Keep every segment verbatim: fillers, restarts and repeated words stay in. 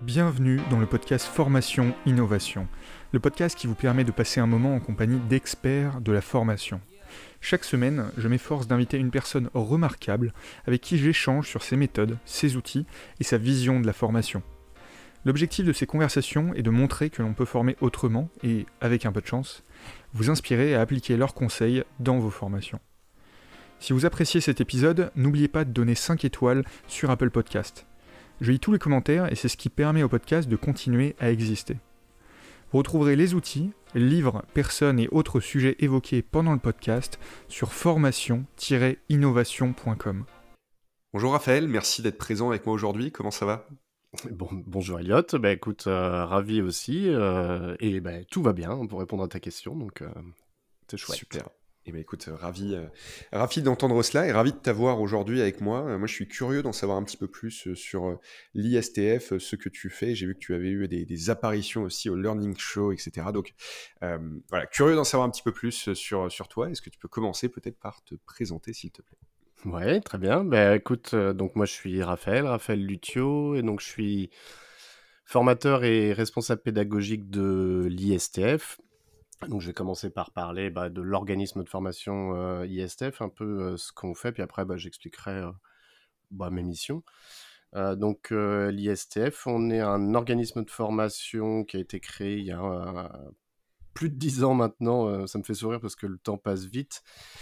Bienvenue dans le podcast Formation Innovation, le podcast qui vous permet de passer un moment en compagnie d'experts de la formation. Chaque semaine, je m'efforce d'inviter une personne remarquable avec qui j'échange sur ses méthodes, ses outils et sa vision de la formation. L'objectif de ces conversations est de montrer que l'on peut former autrement et, avec un peu de chance, vous inspirer à appliquer leurs conseils dans vos formations. Si vous appréciez cet épisode, n'oubliez pas de donner cinq étoiles sur Apple Podcast. Je lis tous les commentaires et c'est ce qui permet au podcast de continuer à exister. Vous retrouverez les outils, livres, personnes et autres sujets évoqués pendant le podcast sur formation tiret innovation point com. Bonjour Raphaël, merci d'être présent avec moi aujourd'hui, comment ça va ? Bon, bonjour Elliot, bah écoute, euh, ravi aussi, euh, et bah, tout va bien pour répondre à ta question, donc euh, c'est chouette. Super. Eh bien écoute, euh, ravi, euh, ravi d'entendre cela et ravi de t'avoir aujourd'hui avec moi. Euh, moi je suis curieux d'en savoir un petit peu plus euh, sur euh, l'I S T F, euh, ce que tu fais. J'ai vu que tu avais eu des, des apparitions aussi au Learning Show, et cetera. Donc euh, voilà, curieux d'en savoir un petit peu plus sur, sur toi. Est-ce que tu peux commencer peut-être par te présenter s'il te plaît ? Ouais, très bien. Bah écoute, euh, donc moi je suis Raphaël, Raphaël Lutio, et donc je suis formateur et responsable pédagogique de l'I S T F. Donc je vais commencer par parler bah, de l'organisme de formation euh, I S T F, un peu euh, ce qu'on fait, puis après bah, j'expliquerai euh, bah, mes missions. Euh, donc euh, l'I S T F, on est un organisme de formation qui a été créé il y a euh, plus de dix ans maintenant. Euh, ça me fait sourire parce que le temps passe vite.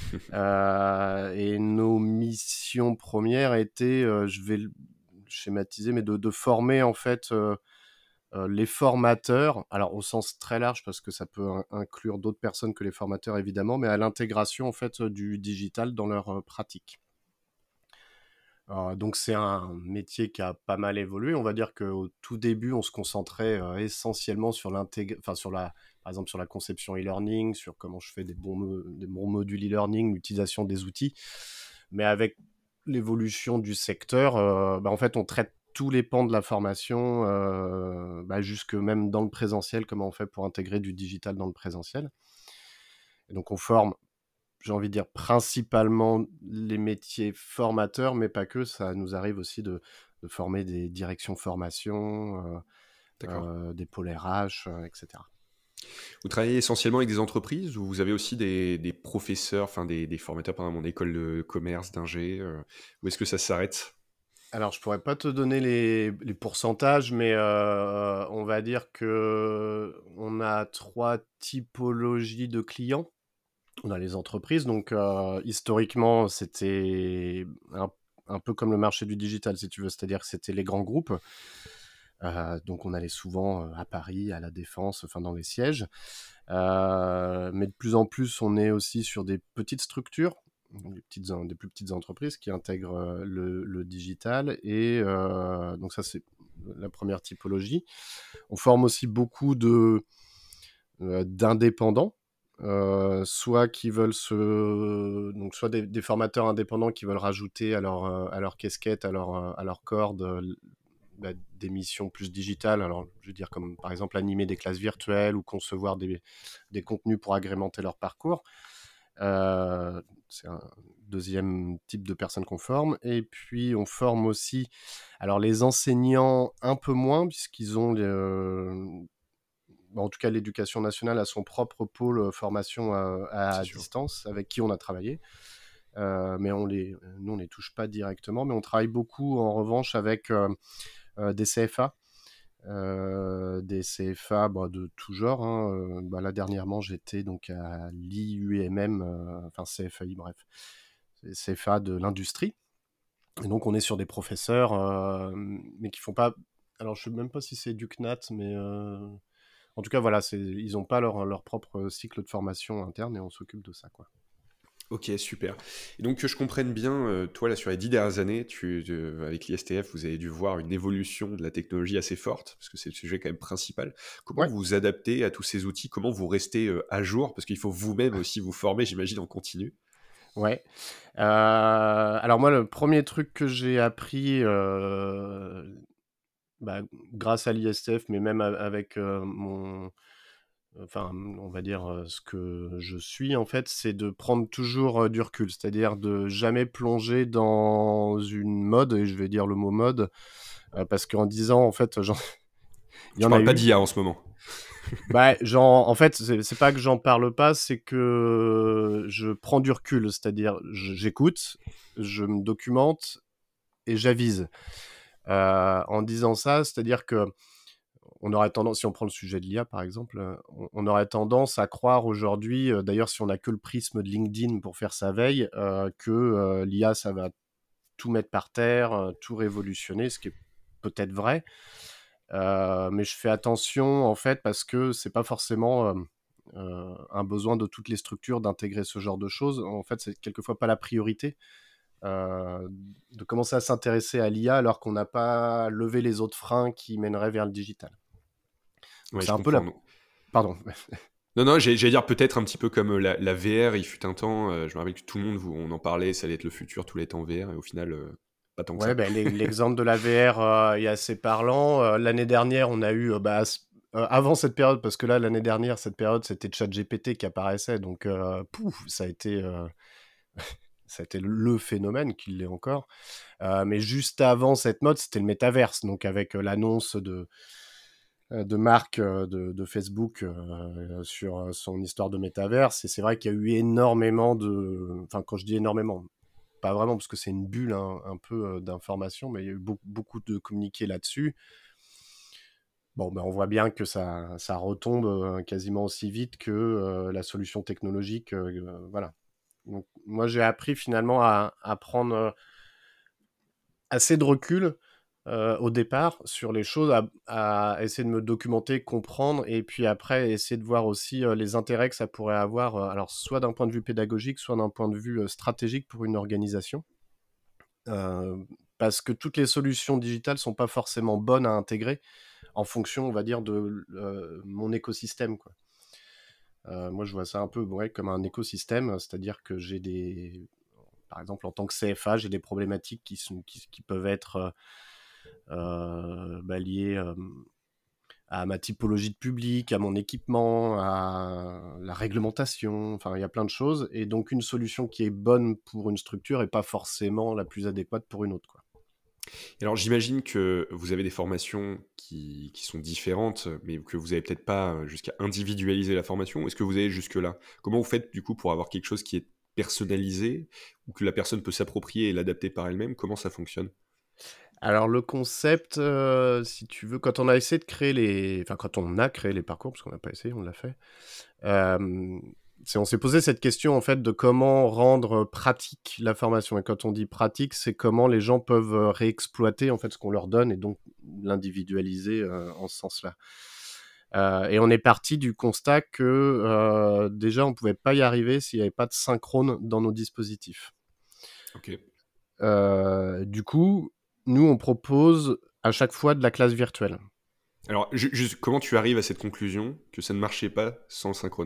euh, et nos missions premières étaient, euh, je vais le schématiser, mais de, de former en fait euh, euh, les formateurs, alors au sens très large parce que ça peut in- inclure d'autres personnes que les formateurs évidemment, mais à l'intégration en fait euh, du digital dans leur euh, pratique. Euh, donc c'est un métier qui a pas mal évolué. On va dire qu'au tout début, on se concentrait euh, essentiellement sur l'intég- enfin sur la, par exemple sur la conception e-learning, sur comment je fais des bons, mo- des bons modules e-learning, l'utilisation des outils. Mais avec l'évolution du secteur, euh, bah, en fait, on traite tous les pans de la formation, euh, bah, jusque même dans le présentiel, comment on fait pour intégrer du digital dans le présentiel. Et donc on forme, j'ai envie de dire, principalement les métiers formateurs, mais pas que. Ça nous arrive aussi de, de former des directions formation, euh, D'accord. euh, des pôles R H, euh, et cetera. Vous travaillez essentiellement avec des entreprises ou vous avez aussi des, des professeurs, enfin des, des formateurs pendant mon école de commerce, d'ingé euh, Où est-ce que ça s'arrête ? Alors, je pourrais pas te donner les, les pourcentages, mais euh, on va dire que on a trois typologies de clients. On a les entreprises, donc euh, historiquement, c'était un, un peu comme le marché du digital, si tu veux, c'est-à-dire que c'était les grands groupes. Euh, donc, on allait souvent euh, à Paris, à la Défense, enfin dans les sièges. Euh, mais de plus en plus, on est aussi sur des petites structures, des, petites, des plus petites entreprises qui intègrent euh, le, le digital. Et euh, donc, ça, c'est la première typologie. On forme aussi beaucoup de, euh, d'indépendants. Euh, soit qui veulent se donc soit des, des formateurs indépendants qui veulent rajouter à leur euh, à leur casquette, à leur euh, à leur corde euh, bah, des missions plus digitales. Alors je veux dire comme par exemple animer des classes virtuelles ou concevoir des des contenus pour agrémenter leur parcours. Euh, c'est un deuxième type de personnes qu'on forme. Et puis on forme aussi alors les enseignants un peu moins puisqu'ils ont les, euh, en tout cas l'éducation nationale a son propre pôle formation à, à distance avec qui on a travaillé. Euh, mais on les, nous on les touche pas directement, mais on travaille beaucoup en revanche avec euh, euh, des C F A. Euh, des C F A bah, de tout genre. Hein. Euh, bah, là dernièrement j'étais donc à l'I U M M, euh, enfin C F A I, bref, C F A de l'industrie. Et donc on est sur des professeurs, euh, mais qui font pas. Alors je sais même pas si c'est du C N A T, mais euh, en tout cas, voilà, c'est, ils n'ont pas leur, leur propre cycle de formation interne et on s'occupe de ça, quoi. Ok, super. Et donc que je comprenne bien, euh, toi là sur les dix dernières années, tu, euh, avec l'I S T F, vous avez dû voir une évolution de la technologie assez forte, parce que c'est le sujet quand même principal. Comment Ouais. vous vous adaptez à tous ces outils ? Comment vous restez euh, à jour ? Parce qu'il faut vous-même aussi vous former, j'imagine, en continu. Ouais. Euh, alors moi, le premier truc que j'ai appris, euh, bah, grâce à l'I S T F, mais même a- avec euh, mon, enfin, on va dire euh, ce que je suis en fait, c'est de prendre toujours euh, du recul, c'est-à-dire de jamais plonger dans une mode, et je vais dire le mot mode, euh, parce qu'en dix ans, en fait, j'en Il y Tu en a parles pas eu. d'I A en ce moment. Bah, j'en en fait, c'est c'est pas que j'en parle pas, c'est que je prends du recul. C'est-à-dire, j j'écoute, je me documente et j'avise. Heu, en disant ça, c'est-à-dire qu'on aurait tendance, si on prend le sujet de l'I A par exemple, heu, on on aurait tendance à croire aujourd'hui, heu, d'ailleurs si on a que le prisme de LinkedIn pour faire sa veille, heu, que, heu, l'I A ça va tout mettre par terre, heu, tout révolutionner, ce qui est peut-être vrai. Heu, mais je fais attention en fait parce que c'est pas forcément, hem, heu, un besoin de toutes les structures d'intégrer ce genre de choses. En fait, c'est quelquefois pas la priorité, heu, de commencer à s'intéresser à l'I A alors qu'on n'a pas levé les autres freins qui mèneraient vers le digital. Donc Ouais, c'est je un peu la comprends. Non, pardon. non, non, j'ai- j'allais dire peut-être un petit peu comme euh, la, la V R, il fut un temps, euh, je me rappelle que tout le monde, vous- on en parlait, ça allait être le futur, tout allait être en V R, et au final, euh, pas tant que Ouais, ça. ben, l'e l'exemple de la V R, heu, est assez parlant. Heu, l'année dernière, on a eu, heu, bah, s heu, avant cette période, parce que là, l'année dernière, cette période, c'était ChatGPT qui apparaissait, donc heu, pouf, ça a été, heu, ça a été le phénomène, qui l'est encore. Heu, mais juste avant cette mode, c'était le métaverse, donc avec, heu, l'annonce de, heu, de Mark, heu, de de Facebook, heu, sur, heu, son histoire de métaverse. Et c'est vrai qu'il y a eu énormément de, enfin, quand je dis énormément, pas vraiment parce que c'est une bulle, hein, un peu, heu, d'informations, mais il y a eu beau beaucoup de communiqués là-dessus. Bon, ben, on voit bien que ça ça retombe, heu, quasiment aussi vite que, heu, la solution technologique, heu, voilà. Donc moi, j'ai appris finalement à à prendre, heu, assez de recul, heu, au départ sur les choses, à à essayer de me documenter, comprendre et puis après essayer de voir aussi, heu, les intérêts que ça pourrait avoir, heu, alors soit d'un point de vue pédagogique, soit d'un point de vue, heu, stratégique pour une organisation. Heu, Parce que toutes les solutions digitales sont pas forcément bonnes à intégrer en fonction, on va dire, de l mon écosystème, quoi. Heu, moi, je vois ça un peu, ouais, comme un écosystème, c'est-à-dire que j'ai des par exemple, en tant que C F A, j'ai des problématiques qui sont qui qui peuvent être, heu heu, bah, liées, hem, à ma typologie de public, à mon équipement, à la réglementation, enfin, il y a plein de choses et donc une solution qui est bonne pour une structure est pas forcément la plus adéquate pour une autre, quoi. Et alors, j'imagine que vous avez des formations qui, qui sont différentes, mais que vous n'avez peut-être pas euh, jusqu'à individualiser la formation. Est-ce que vous allez jusque-là? Comment vous faites, du coup, pour avoir quelque chose qui est personnalisé ou que la personne peut s'approprier et l'adapter par elle-même? Comment ça fonctionne? Alors le concept, heu, si tu veux, quand on a essayé de créer les enfin quand on a créé les parcours, parce qu'on n'a pas essayé, on l'a fait, hem, c'est on s'est posé cette question en fait de comment rendre pratique la formation et quand on dit pratique, c'est comment les gens peuvent, heu, réexploiter en fait ce qu'on leur donne et donc l'individualiser, heu, en ce sens-là. Heu et on est parti du constat que, heu, déjà on pouvait pas y arriver s'il y avait pas de synchrone dans nos dispositifs. Ok. Heu, du coup, nous, on propose à chaque fois de la classe virtuelle. Alors, ju- juste, comment tu arrives à cette conclusion que ça ne marchait pas sans le synchrone?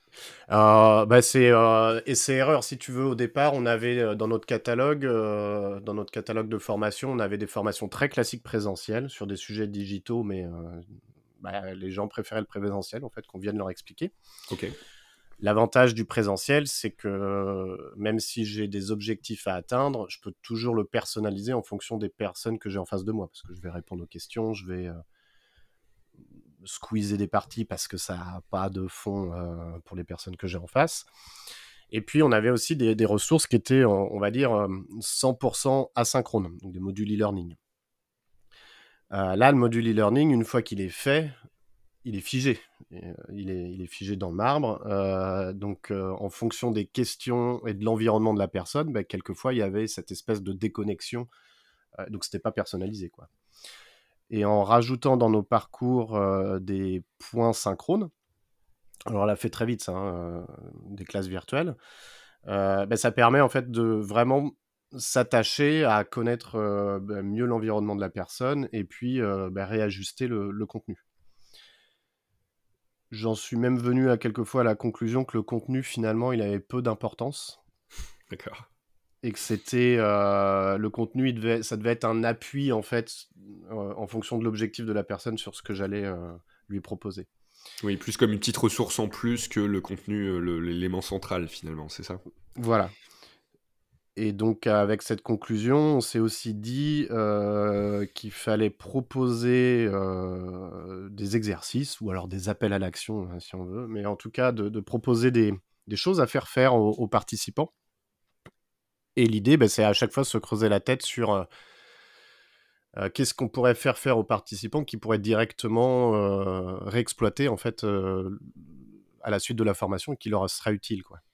Heu, bah, c'est, heu, essai-erreur si tu veux. Au départ, on avait, heu, dans notre catalogue, heu, dans notre catalogue de formation, on avait des formations très classiques présentielles sur des sujets digitaux, mais, heu, bah, les gens préféraient le présentiel, en fait, qu'on vienne leur expliquer. Ok. L'avantage du présentiel, c'est que même si j'ai des objectifs à atteindre, je peux toujours le personnaliser en fonction des personnes que j'ai en face de moi. Parce que je vais répondre aux questions, je vais, heu squeezer des parties parce que ça n'a pas de fond euh, pour les personnes que j'ai en face. Et puis, on avait aussi des, des ressources qui étaient, on va dire, euh, cent pour cent asynchrones, donc des modules e-learning. Euh, là, le module e-learning, une fois qu'il est fait, il est figé. Et, euh, il, est, il est figé dans le marbre. Euh, donc, euh, en fonction des questions et de l'environnement de la personne, bah, quelquefois, il y avait cette espèce de déconnexion. Euh, donc, c'était pas personnalisé, quoi. Et en rajoutant dans nos parcours euh, des points synchrones, alors, on l'a fait très vite ça, hein, heu, des classes virtuelles. Heu, bah, ça permet en fait de vraiment s'attacher à connaître, heu, bah, mieux l'environnement de la personne et puis, heu, bah, réajuster le le contenu. J'en suis même venu à quelquefois à la conclusion que le contenu finalement, il avait peu d'importance D'accord. et que c'était, heu, le contenu, il devait ça devait être un appui en fait, heu, en fonction de l'objectif de la personne sur ce que j'allais, heu, lui proposer. Oui, plus comme une petite ressource en plus que le contenu, euh, le- l'élément central, finalement, c'est ça? Voilà. Et donc avec cette conclusion, on s'est aussi dit, heu, qu'il fallait proposer, heu, des exercices ou alors des appels à l'action, hein, si on veut, mais en tout cas de de proposer des des choses à faire faire aux aux participants. Et l'idée, bah, c'est à chaque fois se creuser la tête sur, heu heu, qu'est-ce qu'on pourrait faire faire aux participants qui pourrait directement, heu, réexploiter en fait, heu, à la suite de la formation et qui leur sera utile, quoi.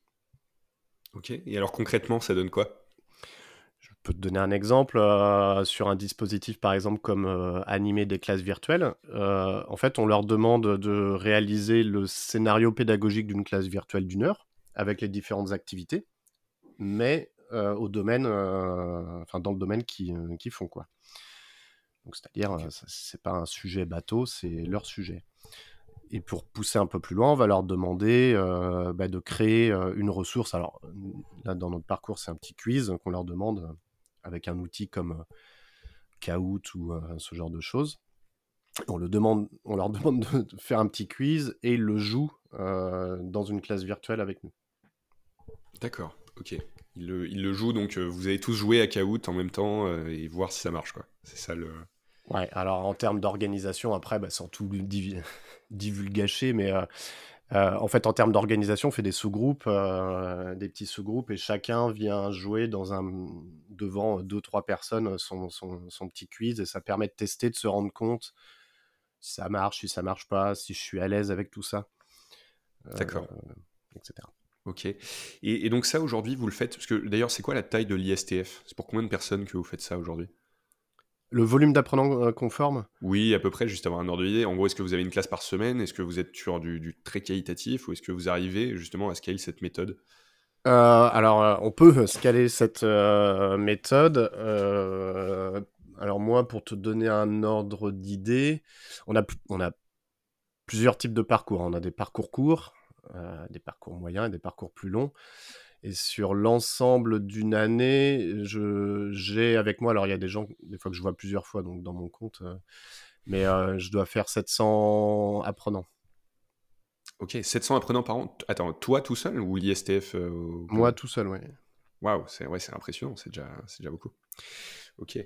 Ok. Et alors concrètement, ça donne quoi? Je peux te donner un exemple, heu, sur un dispositif, par exemple, comme, heu, animer des classes virtuelles. Heu, en fait, on leur demande de réaliser le scénario pédagogique d'une classe virtuelle d'une heure, avec les différentes activités, mais, heu, au domaine, heu, enfin, dans le domaine qu'ils, heu, qu'ils font, quoi. Donc c'est-à-dire, Ok. heu, ça c'est pas un sujet bateau, c'est leur sujet. Et pour pousser un peu plus loin, on va leur demander, heu, bah, de créer, heu, une ressource. Alors, heu, là, dans notre parcours, c'est un petit quiz qu'on leur demande, heu, avec un outil comme, heu, Kahoot ou, heu, ce genre de choses. On le demande on leur demande de de faire un petit quiz et ils le jouent, heu, dans une classe virtuelle avec nous. D'accord. Ok. Il le, il le joue, donc euh, vous allez tous jouer à Kahoot en même temps euh, et voir si ça marche, quoi. C'est ça le. Ouais, alors en termes d'organisation, après, bah, sans tout divi divulgacher, mais, heu heu, en fait, en termes d'organisation, on fait des sous-groupes, heu, des petits sous-groupes et chacun vient jouer dans un devant deux trois personnes, son son son petit quiz et ça permet de tester, de se rendre compte si ça marche, si ça marche pas, si je suis à l'aise avec tout ça, heu, D'accord. et cetera. Ok. Et, et donc ça, aujourd'hui, vous le faites, parce que d'ailleurs, c'est quoi la taille de l'I S T F? C'est pour combien de personnes que vous faites ça aujourd'hui? Le volume d'apprenants, heu, qu'on forme? Oui, à peu près, juste avoir un ordre d'idée. En gros, est-ce que vous avez une classe par semaine? Est-ce que vous êtes sur du, du très qualitatif? Ou est-ce que vous arrivez justement à scale cette méthode? Heu, alors, heu, on peut scaler cette, heu, méthode. Heu, alors moi, pour te donner un ordre d'idée, on a pl on a plusieurs types de parcours. On a des parcours courts, heu, des parcours moyens et des parcours plus longs et sur l'ensemble d'une année, je j'ai avec moi alors il y a des gens, des fois que je vois plusieurs fois donc dans mon compte, heu, mais, heu, je dois faire sept cents apprenants. Ok, sept cents apprenants par an. T- Attends, toi tout seul ou l'I S T F euh, au Moi global? tout seul, ouais. Waouh, c'est ouais, c'est impressionnant, c'est déjà, c'est déjà beaucoup. Ok.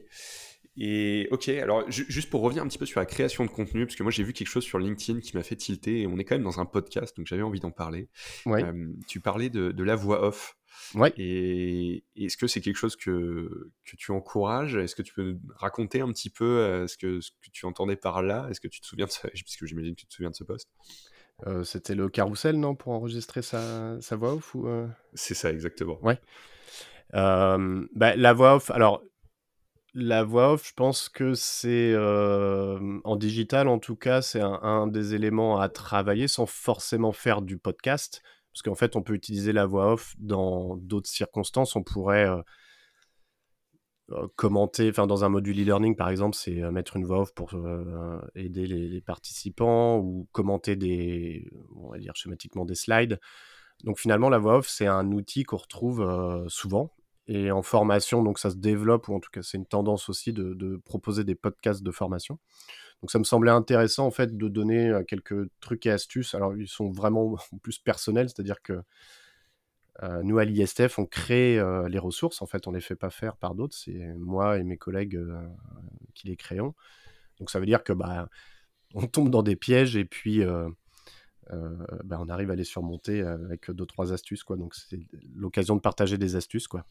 Et ok, alors ju- juste pour revenir un petit peu sur la création de contenu, parce que moi j'ai vu quelque chose sur LinkedIn qui m'a fait tilter, et on est quand même dans un podcast, donc j'avais envie d'en parler. Oui, Euh, tu parlais de, de la voix off, ouais. et est-ce que c'est quelque chose que, que tu encourages? Est-ce que tu peux nous raconter un petit peu euh, ce, que, ce que tu entendais par là? Est-ce que tu te souviens de ce... Puisque j'imagine que tu te souviens de ce post. Heu, c'était le carrousel, non? Pour enregistrer sa sa voix off ou, heu? C'est ça, exactement. Ouais. Hem, bah, la voix off, alors la voix off, je pense que c'est, hem, en digital en tout cas, c'est un un des éléments à travailler sans forcément faire du podcast. Parce qu'en fait, on peut utiliser la voix off dans d'autres circonstances. On pourrait, heu heu, commenter, enfin dans un module e-learning par exemple, c'est, heu, mettre une voix off pour, heu, aider les les participants ou commenter des, on va dire schématiquement des slides. Donc finalement, la voix off, c'est un outil qu'on retrouve, heu, souvent et en formation, donc ça se développe ou en tout cas, c'est une tendance aussi de de proposer des podcasts de formation. Donc ça me semblait intéressant en fait de donner, heu, quelques trucs et astuces. Alors ils sont vraiment plus personnels, c'est-à-dire que, heu, nous à l'I S T F, on crée, heu, les ressources. En fait, on les fait pas faire par d'autres. C'est moi et mes collègues, heu, qui les créons. Donc ça veut dire que, bah, on tombe dans des pièges et puis, heu heu, bah, on arrive à les surmonter, heu, avec deux trois astuces, quoi. Donc c'est l'occasion de partager des astuces, quoi.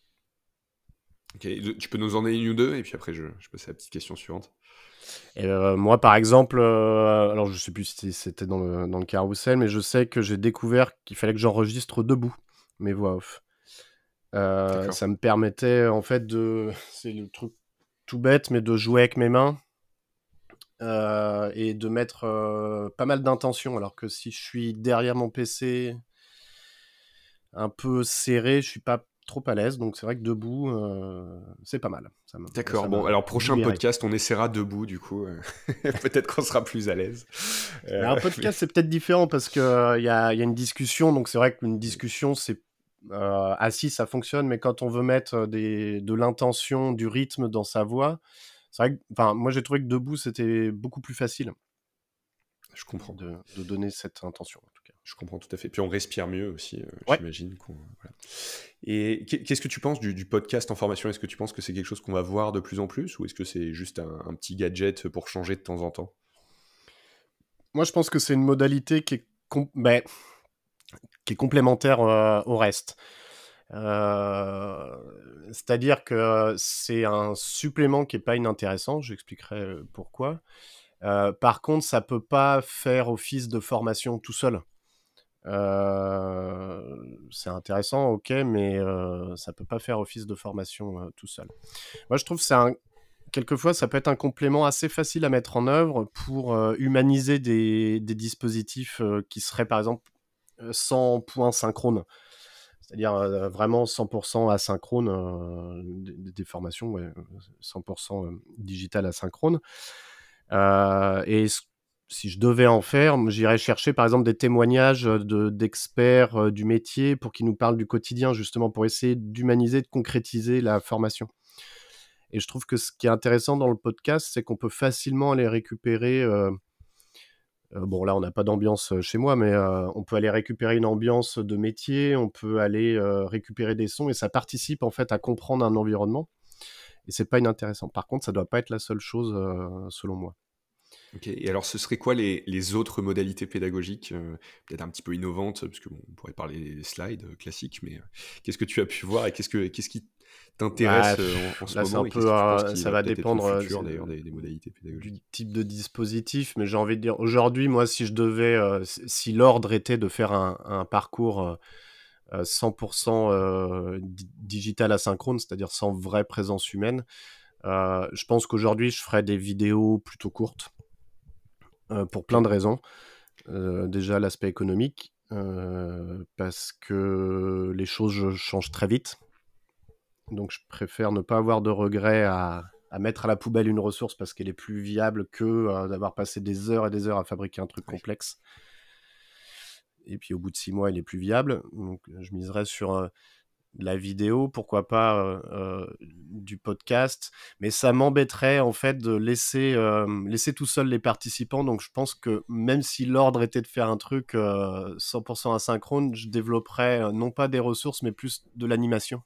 Ok, tu peux nous en donner une ou deux, et puis après je, je passe à la petite question suivante. Et heu, moi, par exemple, heu, alors je sais plus si c'était dans le dans le carrousel, mais je sais que j'ai découvert qu'il fallait que j'enregistre debout mes voix off. Heu, D'accord. ça me permettait en fait de c'est le truc tout bête, mais de jouer avec mes mains, heu et de mettre, heu, pas mal d'intention. Alors que si je suis derrière mon P C, un peu serré, je suis pas trop à l'aise. Donc c'est vrai que debout, heu, c'est pas mal. Ça m'a moi, D'accord, ça bon, m'a alors prochain libéré. podcast, on essaiera debout, du coup. euh, Peut-être qu'on sera plus à l'aise. Mais un Euh, mais- podcast, c'est peut-être différent parce que, heu, il y a il y a une discussion, donc c'est vrai qu'une discussion, c'est, heu, assis, ça fonctionne, mais quand on veut mettre, heu, des de l'intention, du rythme dans sa voix, c'est vrai que enfin, moi, j'ai trouvé que debout, c'était beaucoup plus facile. Je comprends. de, de donner cette intention, en tout cas. Je comprends tout à fait. Puis on respire mieux aussi, euh, Ouais. j'imagine. qu'on- voilà. Et qu'est- qu'est-ce que tu penses du, du podcast en formation? Est-ce que tu penses que c'est quelque chose qu'on va voir de plus en plus ou est-ce que c'est juste un, un petit gadget pour changer de temps en temps? Moi, je pense que c'est une modalité qui est, com- ben, qui est complémentaire euh, au reste. Euh, c'est-à-dire que c'est un supplément qui n'est pas inintéressant, j'expliquerai euh, pourquoi. Euh, par contre, ça peut pas faire office de formation tout seul. Euh, c'est intéressant, ok, mais euh, ça peut pas faire office de formation euh, tout seul. Moi, je trouve que c'est un... quelquefois, ça peut être un complément assez facile à mettre en œuvre pour euh, humaniser des, des dispositifs euh, qui seraient, par exemple, euh, cent points synchrones. C'est-à-dire euh, vraiment cent pour cent asynchrone, euh, des, des formations, ouais, cent pour cent digital asynchrone. Euh, et c- si je devais en faire, moi, j'irais chercher par exemple des témoignages de, d'experts euh, du métier pour qu'ils nous parlent du quotidien, justement pour essayer d'humaniser, de concrétiser la formation. Et je trouve que ce qui est intéressant dans le podcast, c'est qu'on peut facilement aller récupérer... euh, euh, bon, là, on n'a pas d'ambiance euh, chez moi, mais euh, on peut aller récupérer une ambiance de métier, on peut aller euh, récupérer des sons, et ça participe en fait à comprendre un environnement. Et c'est pas inintéressant. Par contre, ça doit pas être la seule chose, euh, selon moi. Ok. Et alors, ce serait quoi les, les autres modalités pédagogiques, euh, peut-être un petit peu innovantes, parce que bon, on pourrait parler des slides euh, classiques, mais euh, qu'est-ce que tu as pu voir et qu'est-ce que qu'est-ce qui Bah, t'intéresse euh, en, en ce là, c'est moment un et qu'est-ce peu, que tu penses euh, qui ça va va peut-être être le dépendre euh, futur d'ailleurs des, des modalités du pédagogiques? type de dispositif, mais j'ai envie de dire, aujourd'hui, moi, si je devais, euh, si si l'ordre était de faire un, un parcours euh, euh, cent pour cent euh, di- digital asynchrone, c'est-à-dire sans vraie présence humaine, euh, je pense qu'aujourd'hui, je ferais des vidéos plutôt courtes, euh, pour plein Ok. de raisons. Euh, déjà, l'aspect économique, euh, parce que les choses changent très vite. Donc, je préfère ne pas avoir de regrets à, à mettre à la poubelle une ressource parce qu'elle est plus viable que euh, d'avoir passé des heures et des heures à fabriquer un truc Oui. complexe. Et puis, au bout de six mois, il est plus viable. Donc, je miserais sur euh, de la vidéo, pourquoi pas euh, euh, du podcast. Mais ça m'embêterait, en fait, de laisser, euh, laisser tout seul les participants. Donc, je pense que même si l'ordre était de faire un truc euh, cent pour cent asynchrone, je développerais euh, non pas des ressources, mais plus de l'animation.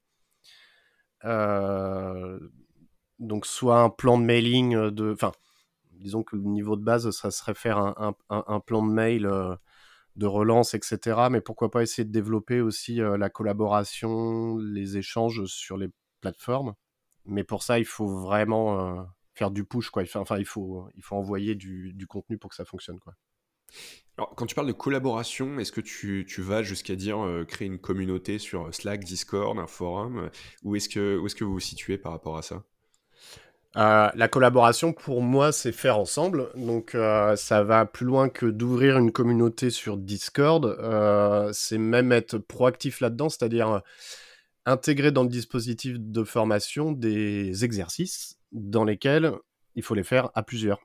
Euh, donc soit un plan de mailing euh, de, enfin, disons que le niveau de base, ça serait faire un, un, un- un plan de mail euh, de relance, et cetera. Mais pourquoi pas essayer de développer aussi euh, la collaboration, les échanges sur les plateformes. Mais pour ça, il faut vraiment euh, faire du push, quoi. Il faut- Enfin, il faut, il faut envoyer du, du contenu pour que ça fonctionne, quoi. Alors, quand tu parles de collaboration, est-ce que tu, tu vas jusqu'à dire euh, créer une communauté sur Slack, Discord, un forum, euh, ou est-ce que, où est-ce que vous vous situez par rapport à ça? Euh, la collaboration, pour moi, c'est faire ensemble. Donc, euh, ça va plus loin que d'ouvrir une communauté sur Discord. Euh, c'est même être proactif là-dedans, c'est-à-dire euh, intégrer dans le dispositif de formation des exercices dans lesquels il faut les faire à plusieurs.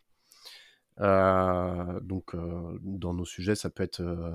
Euh, donc, euh, dans nos sujets, ça peut être euh,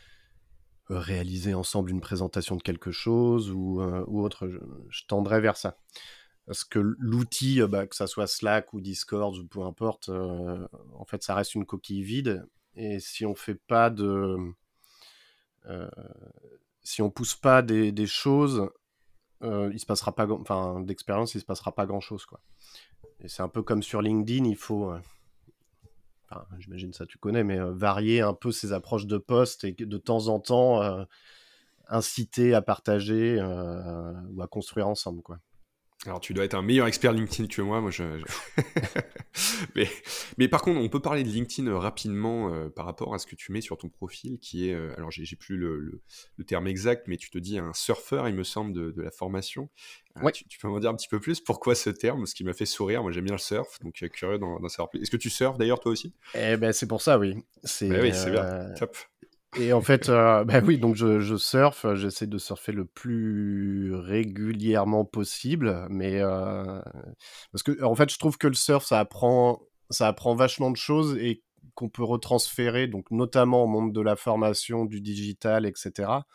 réaliser ensemble une présentation de quelque chose ou, euh, ou autre. Je, je tendrais vers ça. Parce que l'outil, euh, bah, que ça soit Slack ou Discord ou peu importe, euh, en fait, ça reste une coquille vide. Et si on fait pas de, euh, si on pousse pas des, des choses, euh, il se passera pas, enfin, d'expérience, il se passera pas grand chose, quoi. Et c'est un peu comme sur LinkedIn, il faut, euh, enfin, j'imagine ça tu connais, mais euh, varier un peu ses approches de poste et de temps en temps euh, inciter à partager euh, ou à construire ensemble, quoi. Alors, tu dois être un meilleur expert LinkedIn que moi. Moi, je, je- mais, mais par contre, on peut parler de LinkedIn euh, rapidement euh, par rapport à ce que tu mets sur ton profil, qui est, euh, alors j'ai j'ai plus le, le- le terme exact, mais tu te dis un surfeur, il me semble, de, de la formation. Euh, Ouais. tu, tu peux m'en dire un petit peu plus pourquoi ce terme, ce qui m'a fait sourire. Moi, j'aime bien le surf, donc euh, curieux d'en d'en savoir plus. Est-ce que tu surfes d'ailleurs toi aussi? Eh ben c'est pour ça, oui. Ben C'est oui, c'est bien, euh, top. Et en fait, euh, bah oui, donc je, je surfe, euh, j'essaie de surfer le plus régulièrement possible, mais euh, parce que en fait, je trouve que le surf, ça apprend, ça apprend vachement de choses et qu'on peut retransférer, donc notamment au monde de la formation, du digital, et cetera.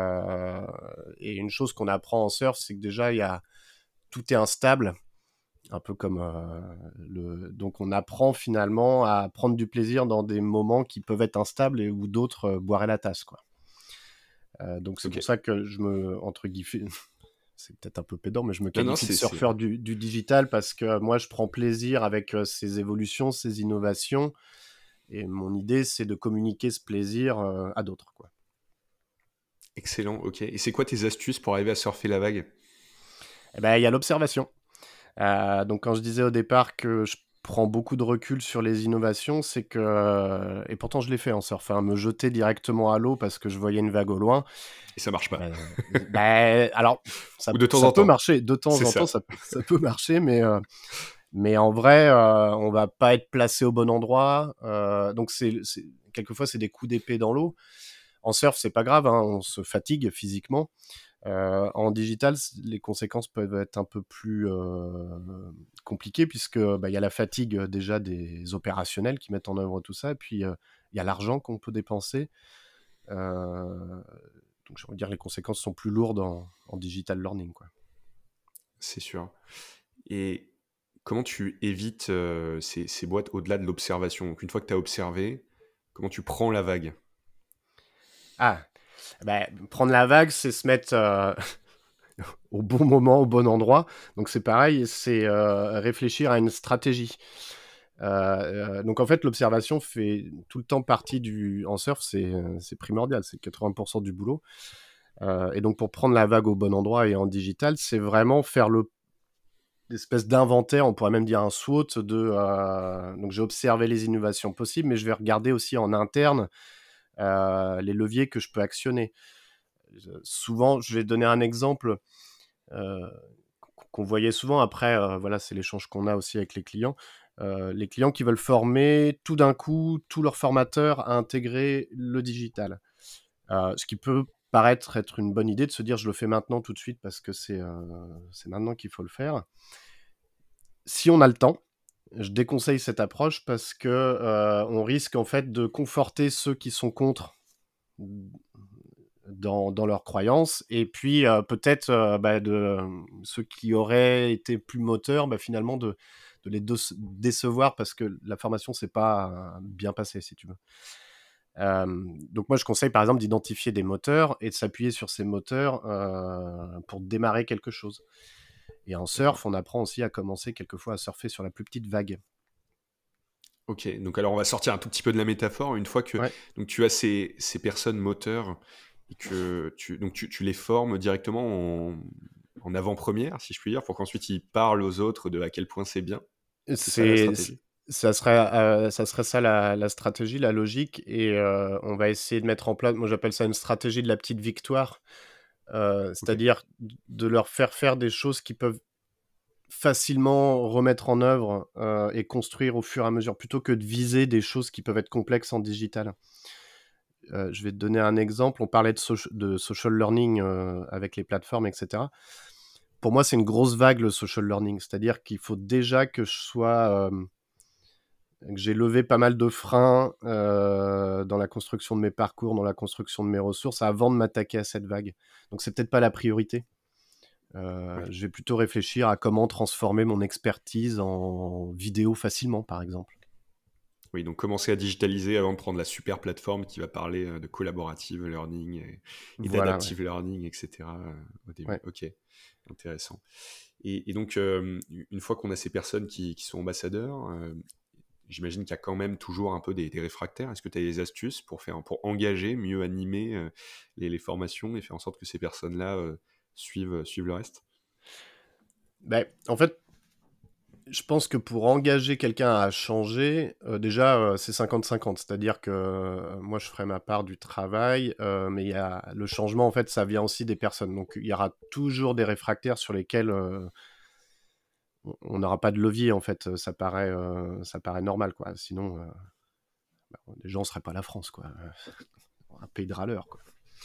Euh, et une chose qu'on apprend en surf, c'est que déjà, il y a tout est instable. Un peu comme euh, le... Donc on apprend finalement à prendre du plaisir dans des moments qui peuvent être instables et où d'autres euh, boiraient la tasse, quoi. Euh, donc c'est Ok. pour ça que je me, entre guillemets, c'est peut-être un peu pédant, mais je me Non, non, qualifie de c'est, c'est... surfeur du, du digital parce que euh, moi je prends plaisir avec euh, ces évolutions, ces innovations, et mon idée c'est de communiquer ce plaisir euh, à d'autres, quoi. Excellent, ok. Et c'est quoi tes astuces pour arriver à surfer la vague? Eh ben, il y a l'observation. Euh, donc quand je disais au départ que je prends beaucoup de recul sur les innovations, c'est que, euh, et pourtant je l'ai fait en surf, hein, me jeter directement à l'eau parce que je voyais une vague au loin. Et ça marche pas. Ben, ben, alors, ça, Ou de temps ça en peut temps. marcher, de temps C'est en temps, ça. ça, ça peut marcher, mais, euh, mais en vrai, euh, on va pas être placé au bon endroit. Euh, donc, c'est, c'est, quelquefois, c'est des coups d'épée dans l'eau. En surf, c'est pas grave, hein, on se fatigue physiquement. Euh, en digital, les conséquences peuvent être un peu plus euh, compliquées puisque bah, y a la fatigue euh, déjà des opérationnels qui mettent en œuvre tout ça, et puis il euh, y a l'argent qu'on peut dépenser. Euh, donc, je veux dire, les conséquences sont plus lourdes en, en digital learning, quoi. C'est sûr. Et comment tu évites euh, ces, ces boîtes au-delà de l'observation? Donc, une fois que tu as observé, comment tu prends la vague? Ah, bah, prendre la vague, c'est se mettre euh, au bon moment, au bon endroit. Donc c'est pareil, c'est euh, réfléchir à une stratégie. Euh, euh, donc en fait, l'observation fait tout le temps partie du... En surf, c'est, c'est primordial, c'est quatre-vingts pour cent du boulot. Euh, et donc pour prendre la vague au bon endroit et en digital, c'est vraiment faire le espèce d'inventaire, on pourrait même dire un SWOT de... Euh... Donc j'ai observé les innovations possibles, mais je vais regarder aussi en interne euh, les leviers que je peux actionner. Euh, souvent, je vais donner un exemple euh, qu'on voyait souvent après, euh, voilà, c'est l'échange qu'on a aussi avec les clients. Euh, les clients qui veulent former tout d'un coup tous leurs formateurs à intégrer le digital. Euh, ce qui peut paraître être une bonne idée de se dire je le fais maintenant tout de suite parce que c'est, euh, c'est maintenant qu'il faut le faire. Si on a le temps, je déconseille cette approche parce que euh, on risque en fait de conforter ceux qui sont contre dans, dans leurs croyances, et puis euh, peut-être euh, bah, de euh, ceux qui auraient été plus moteurs, bah, finalement de, de les de- décevoir parce que la formation s'est pas euh, bien passée, si tu veux. Euh, donc moi je conseille par exemple d'identifier des moteurs et de s'appuyer sur ces moteurs euh, pour démarrer quelque chose. Et en D'accord. surf, on apprend aussi à commencer quelquefois à surfer sur la plus petite vague. Ok, donc alors on va sortir un tout petit peu de la métaphore. Une fois que Ouais. donc, tu as ces, ces personnes moteurs et que tu, donc tu, tu les formes directement en, en avant-première, si je puis dire, pour qu'ensuite ils parlent aux autres de à quel point c'est bien. C'est ça la C'est, stratégie? ça serait, euh, ça serait ça la, la stratégie, la logique, et euh, on va essayer de mettre en place, moi j'appelle ça une stratégie de la petite victoire, euh, Ok. c'est-à-dire de leur faire faire des choses qui peuvent facilement remettre en œuvre euh, et construire au fur et à mesure, plutôt que de viser des choses qui peuvent être complexes en digital. Euh, je vais te donner un exemple, on parlait de, so- de social learning euh, avec les plateformes, et cetera. Pour moi, c'est une grosse vague le social learning, c'est-à-dire qu'il faut déjà que je sois... euh, que j'ai levé pas mal de freins euh, dans la construction de mes parcours, dans la construction de mes ressources, avant de m'attaquer à cette vague. Donc c'est peut-être pas la priorité. Euh, Ouais. je vais plutôt réfléchir à comment transformer mon expertise en vidéo facilement, par exemple. Oui, donc commencer à digitaliser avant de prendre la super plateforme qui va parler euh, de collaborative learning et, et Voilà, ouais. d'adaptive learning, et cetera euh, au début. Ouais. Ok, intéressant. Et, et donc, euh, une fois qu'on a ces personnes qui, qui sont ambassadeurs, euh, j'imagine qu'il y a quand même toujours un peu des, des réfractaires. Est-ce que tu as des astuces pour, faire, pour engager, mieux animer euh, les, les formations et faire en sorte que ces personnes-là euh, suivent, suivent le reste? Ben, en fait, je pense que pour engager quelqu'un à changer, euh, déjà, euh, c'est cinquante cinquante. C'est-à-dire que euh, moi, je ferai ma part du travail, euh, mais il y a, le changement, en fait, ça vient aussi des personnes. Donc, il y aura toujours des réfractaires sur lesquels euh, on on n'aura pas de levier, en fait. Ça paraît, euh, ça paraît normal, quoi. Sinon, euh, bah, les gens ne seraient pas la France, quoi. Un pays de râleurs, quoi.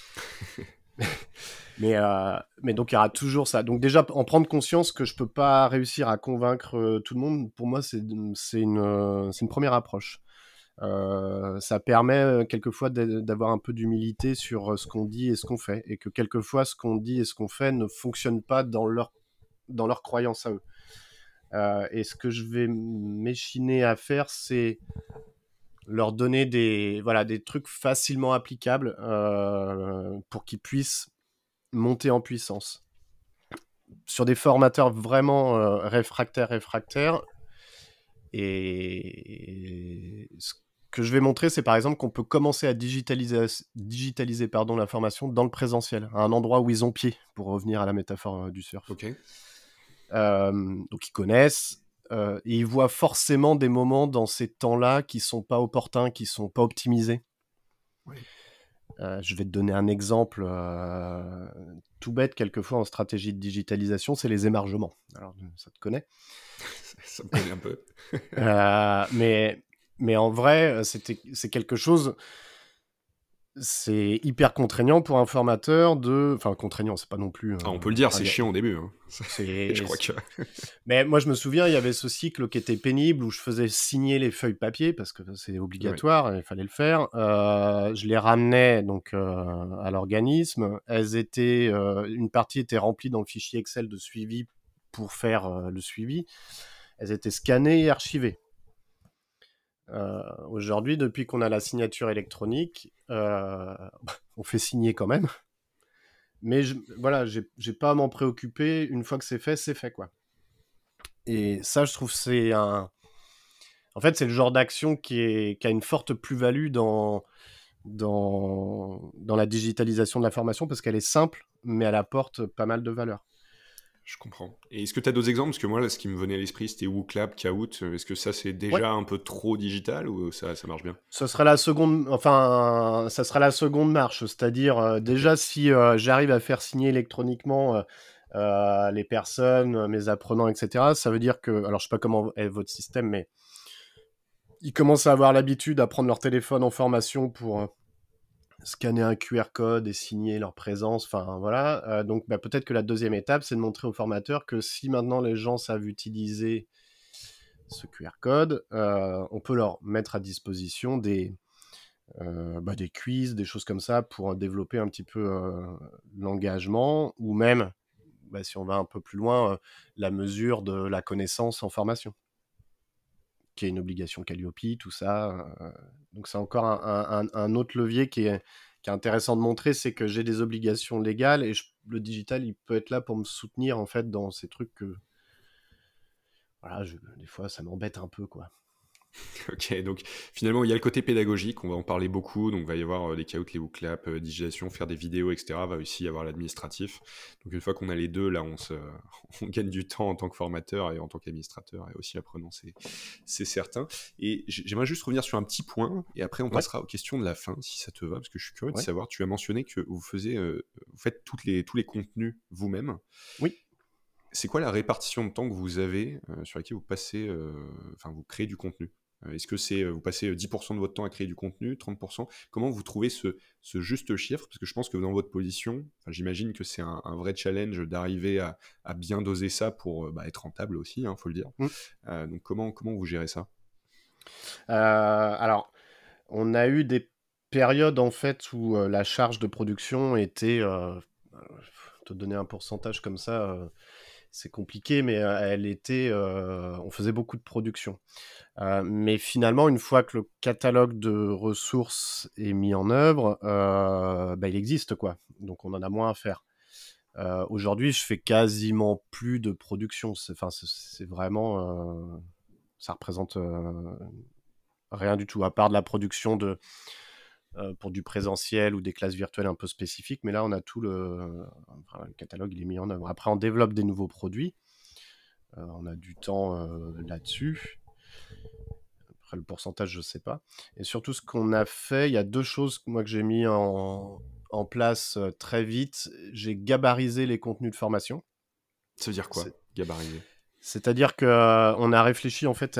Mais, euh, mais donc, il y aura toujours ça. Donc, déjà, en prendre conscience que je peux pas réussir à convaincre euh, tout le monde, pour moi, c'est c'est une, euh, c'est une première approche. Euh, ça permet euh, quelquefois d'a- d'avoir un peu d'humilité sur euh, ce qu'on dit et ce qu'on fait. Et que quelquefois, ce qu'on dit et ce qu'on fait ne fonctionne pas dans leur, dans leur croyance à eux. Euh, et ce que je vais m'échiner à faire, c'est leur donner des, voilà, des trucs facilement applicables euh, pour qu'ils puissent monter en puissance. Sur des formateurs vraiment euh, réfractaires, réfractaires. Et ce que je vais montrer, c'est par exemple qu'on peut commencer à digitaliser, digitaliser pardon, la formation dans le présentiel, à un endroit où ils ont pied, pour revenir à la métaphore euh, du surf. Ok. Euh, donc ils connaissent, euh, et ils voient forcément des moments dans ces temps-là qui sont pas opportuns, qui sont pas optimisés. Oui. Euh, je vais te donner un exemple euh, tout bête, quelquefois en stratégie de digitalisation, c'est les émargements. Alors, ça te connaît. Ça me connaît un peu. euh, mais, mais en vrai, c'était, c'est quelque chose... C'est hyper contraignant pour un formateur de... Enfin, contraignant, c'est pas non plus... Euh... Ah, on peut le dire, enfin, c'est y a... chiant au début. Hein. C'est... je crois que... Mais moi, je me souviens, il y avait ce cycle qui était pénible où je faisais signer les feuilles papier parce que c'est obligatoire, ouais. Il fallait le faire. Euh, je les ramenais donc euh, à l'organisme. Elles étaient... Euh, une partie était remplie dans le fichier Excel de suivi pour faire euh, le suivi. Elles étaient scannées et archivées. Euh, aujourd'hui, depuis qu'on a la signature électronique, euh, on fait signer quand même. Mais je, voilà, j'ai, j'ai pas à m'en préoccuper. Une fois que c'est fait, c'est fait, quoi. Et ça, je trouve, c'est un... En fait, c'est le genre d'action qui, est, qui a une forte plus-value dans, dans, dans la digitalisation de la formation parce qu'elle est simple, mais elle apporte pas mal de valeur. Je comprends. Et est-ce que tu as d'autres exemples? Parce que moi, là, ce qui me venait à l'esprit, c'était WooClap, Kahoot. Est-ce que ça, c'est déjà Ouais. un peu trop digital ou ça, ça marche bien? Ce sera la seconde, enfin, ça sera la seconde marche. C'est-à-dire, euh, déjà, okay. si euh, j'arrive à faire signer électroniquement euh, euh, les personnes, mes apprenants, et cetera, ça veut dire que, alors je sais pas comment est votre système, mais ils commencent à avoir l'habitude à prendre leur téléphone en formation pour euh, scanner un Q R code et signer leur présence. Enfin, voilà. Euh, donc, bah, peut-être que la deuxième étape, c'est de montrer aux formateurs que si maintenant les gens savent utiliser ce Q R code, euh, on peut leur mettre à disposition des, euh, bah, des quiz, des choses comme ça pour développer un petit peu euh, l'engagement ou même, bah, si on va un peu plus loin, euh, la mesure de la connaissance en formation, qui est une obligation Calliope, tout ça. Euh, donc c'est encore un, un, un autre levier qui est, qui est intéressant de montrer, c'est que j'ai des obligations légales et je, le digital, il peut être là pour me soutenir en fait dans ces trucs que, voilà, je, des fois ça m'embête un peu, quoi. Ok, donc finalement il y a le côté pédagogique, on va en parler beaucoup, donc il va y avoir euh, les Kahoot, les WooClap, euh, digitalisation, faire des vidéos, et cetera. Va aussi y avoir l'administratif. Donc une fois qu'on a les deux, là on, se, on gagne du temps en tant que formateur et en tant qu'administrateur et aussi apprenant, c'est, c'est certain. Et j'aimerais juste revenir sur un petit point et après on passera ouais. aux questions de la fin, si ça te va, parce que je suis curieux ouais. de savoir, tu as mentionné que vous, faisiez, euh, vous faites toutes les, tous les contenus vous-même. Oui. C'est quoi la répartition de temps que vous avez euh, sur laquelle vous passez, enfin euh, vous créez du contenu? Est-ce que c'est, vous passez dix pour cent de votre temps à créer du contenu, trente pour cent? Comment vous trouvez ce, ce juste chiffre? Parce que je pense que dans votre position, j'imagine que c'est un, un vrai challenge d'arriver à, à bien doser ça pour bah, être rentable aussi, il hein, faut le dire. Mmh. Euh, donc comment, comment vous gérez ça? euh, Alors, on a eu des périodes en fait où euh, la charge de production était... Euh, te donner un pourcentage comme ça... Euh, c'est compliqué, mais euh, elle était, euh, on faisait beaucoup de production. Euh, mais finalement, une fois que le catalogue de ressources est mis en œuvre, euh, bah, il existe, quoi. Donc, on en a moins à faire. Euh, aujourd'hui, je fais quasiment plus de production. C'est, enfin, c'est, c'est vraiment, euh, ça représente euh, rien du tout, à part de la production de Euh, pour du présentiel ou des classes virtuelles un peu spécifiques, mais là on a tout le, enfin, le catalogue, il est mis en œuvre. Après on développe des nouveaux produits, euh, on a du temps euh, là-dessus. Après le pourcentage je sais pas. Et surtout ce qu'on a fait, il y a deux choses moi que j'ai mis en, en place euh, très vite. J'ai gabarisé les contenus de formation. Ça veut dire quoi, C'est... gabariser? C'est-à-dire qu'on euh, a réfléchi en fait